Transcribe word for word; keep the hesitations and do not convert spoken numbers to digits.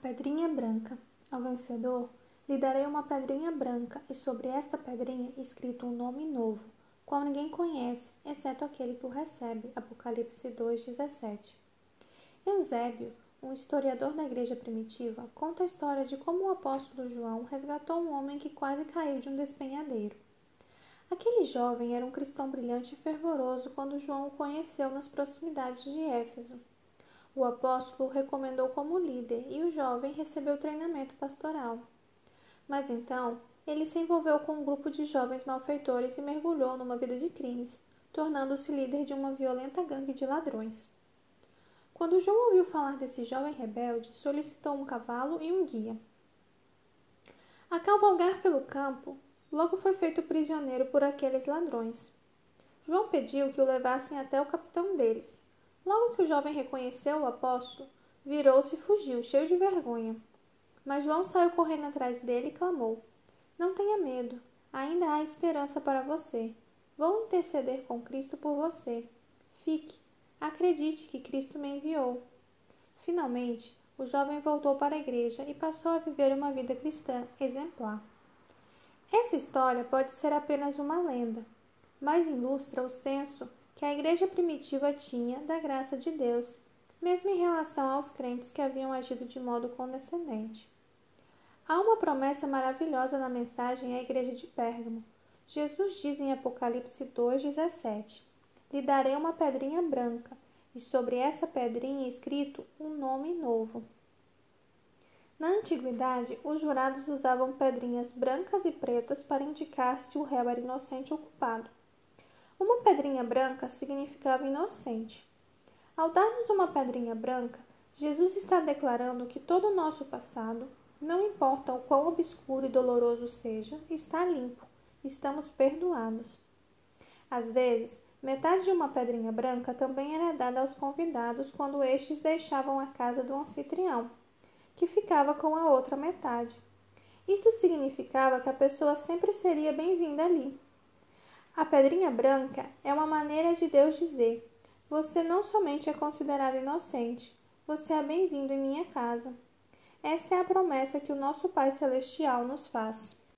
pedrinha branca. Ao vencedor lhe darei uma pedrinha branca, e sobre esta pedrinha escrito um nome novo, qual ninguém conhece, exceto aquele que o recebe. Apocalipse dois, dezessete. Eusébio, um historiador da igreja primitiva, conta a história de como o apóstolo João resgatou um homem que quase caiu de um despenhadeiro. Aquele jovem era um cristão brilhante e fervoroso quando João o conheceu nas proximidades de Éfeso. O apóstolo o recomendou como líder e o jovem recebeu treinamento pastoral. Mas então, ele se envolveu com um grupo de jovens malfeitores e mergulhou numa vida de crimes, tornando-se líder de uma violenta gangue de ladrões. Quando João ouviu falar desse jovem rebelde, solicitou um cavalo e um guia. A cavalgar pelo campo, logo foi feito prisioneiro por aqueles ladrões. João pediu que o levassem até o capitão deles. Logo que o jovem reconheceu o apóstolo, virou-se e fugiu, cheio de vergonha. Mas João saiu correndo atrás dele e clamou: "Não tenha medo, ainda há esperança para você. Vou interceder com Cristo por você. Fique, acredite que Cristo me enviou." Finalmente, o jovem voltou para a igreja e passou a viver uma vida cristã exemplar. Essa história pode ser apenas uma lenda, mas ilustra o senso que a igreja primitiva tinha da graça de Deus, mesmo em relação aos crentes que haviam agido de modo condescendente. Há uma promessa maravilhosa na mensagem à igreja de Pérgamo. Jesus diz em Apocalipse dois, dezessete: "Lhe darei uma pedrinha branca, e sobre essa pedrinha escrito um nome novo." Na antiguidade, os jurados usavam pedrinhas brancas e pretas para indicar se o réu era inocente ou culpado. Uma pedrinha branca significava inocente. Ao dar-nos uma pedrinha branca, Jesus está declarando que todo o nosso passado, não importa o quão obscuro e doloroso seja, está limpo, estamos perdoados. Às vezes, metade de uma pedrinha branca também era dada aos convidados quando estes deixavam a casa do anfitrião, que ficava com a outra metade. Isto significava que a pessoa sempre seria bem-vinda ali. A pedrinha branca é uma maneira de Deus dizer: "Você não somente é considerado inocente, você é bem-vindo em minha casa." Essa é a promessa que o nosso Pai Celestial nos faz.